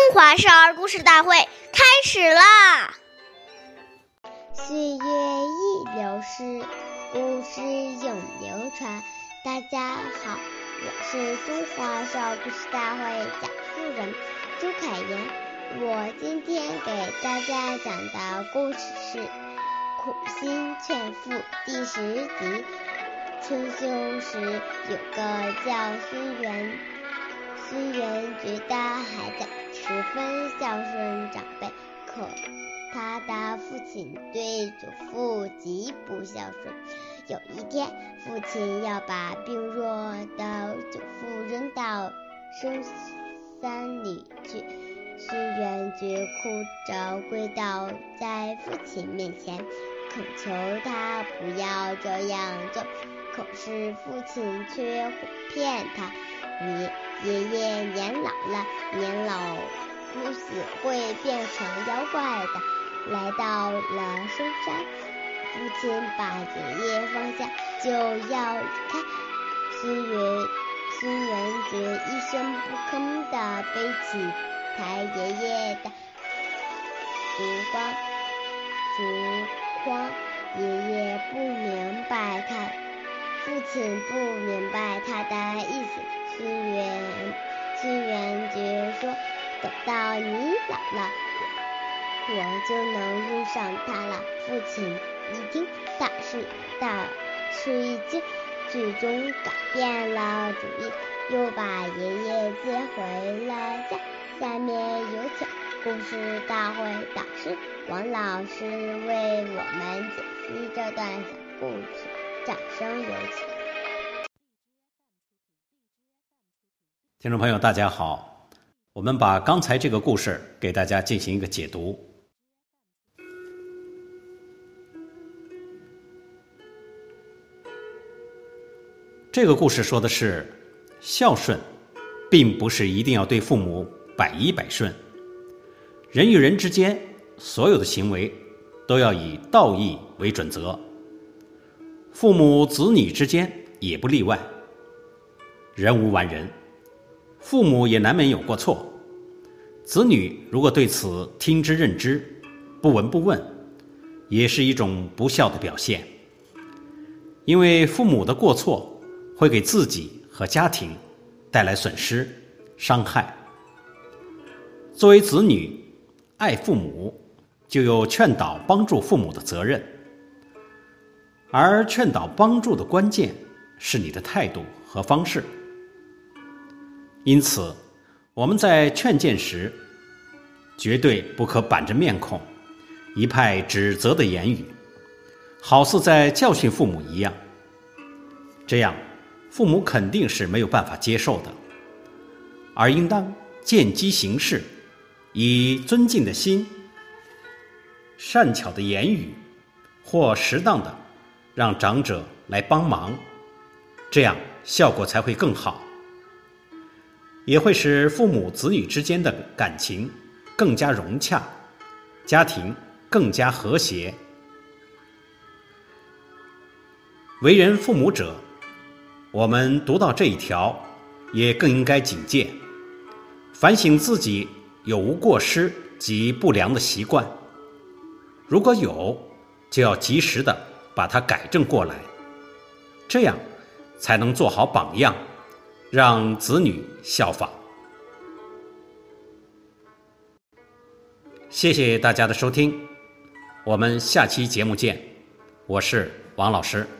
华少儿故事大会开始啦！ 岁月易流逝，故事永流传。大家好，我是中华少儿故事大会讲述人朱凯言。我今天给大家讲的故事是《苦心劝父》第10集。春秋时有个叫孙元觉的孩子，十分孝顺长辈，可他的父亲对祖父极不孝顺。有一天，父亲要把病弱的祖父扔到深山里去，孙元觉哭着跪倒在父亲面前，恳求他不要这样做。可是父亲却骗他，你爷爷年老了，年老不死会变成妖怪的。来到了深山，父亲把爷爷放下，就要离开。孙元觉一声不吭地背起抬爷爷的竹筐，爷爷不明白父亲不明白他的意思。孙元觉说，等到你老了，我就能用上它了。父亲一听，大吃一惊，最终改变了主意，又把爷爷接回了家。下面有请故事大会导师王老师为我们解析这段小故事，掌声有请。 听众朋友大家好，我们把刚才这个故事给大家进行一个解读。这个故事说的是，孝顺并不是一定要对父母100%顺，人与人之间所有的行为都要以道义为准则，父母子女之间也不例外。人无完人，父母也难免有过错，子女如果对此听之任之，不闻不问，也是一种不孝的表现。因为父母的过错会给自己和家庭带来损失、伤害。作为子女，爱父母就有劝导帮助父母的责任，而劝导帮助的关键是你的态度和方式。因此，我们在劝谏时，绝对不可板着面孔，一派指责的言语，好似在教训父母一样。这样，父母肯定是没有办法接受的，而应当见机行事，以尊敬的心、善巧的言语，或适当的让长者来帮忙，这样效果才会更好，也会使父母子女之间的感情更加融洽，家庭更加和谐。为人父母者，我们读到这一条，也更应该警戒，反省自己有无过失及不良的习惯，如果有，就要及时的把它改正过来，这样才能做好榜样，让子女效仿。谢谢大家的收听，我们下期节目见，我是王老师。